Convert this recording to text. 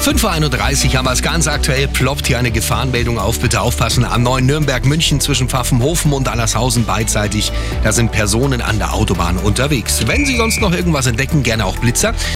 5:31 Uhr haben wir es ganz aktuell, ploppt hier eine Gefahrenmeldung auf. Bitte aufpassen, am neuen Nürnberg-München zwischen Pfaffenhofen und Allershausen beidseitig. Da sind Personen an der Autobahn unterwegs. Wenn Sie sonst noch irgendwas entdecken, gerne auch Blitzer.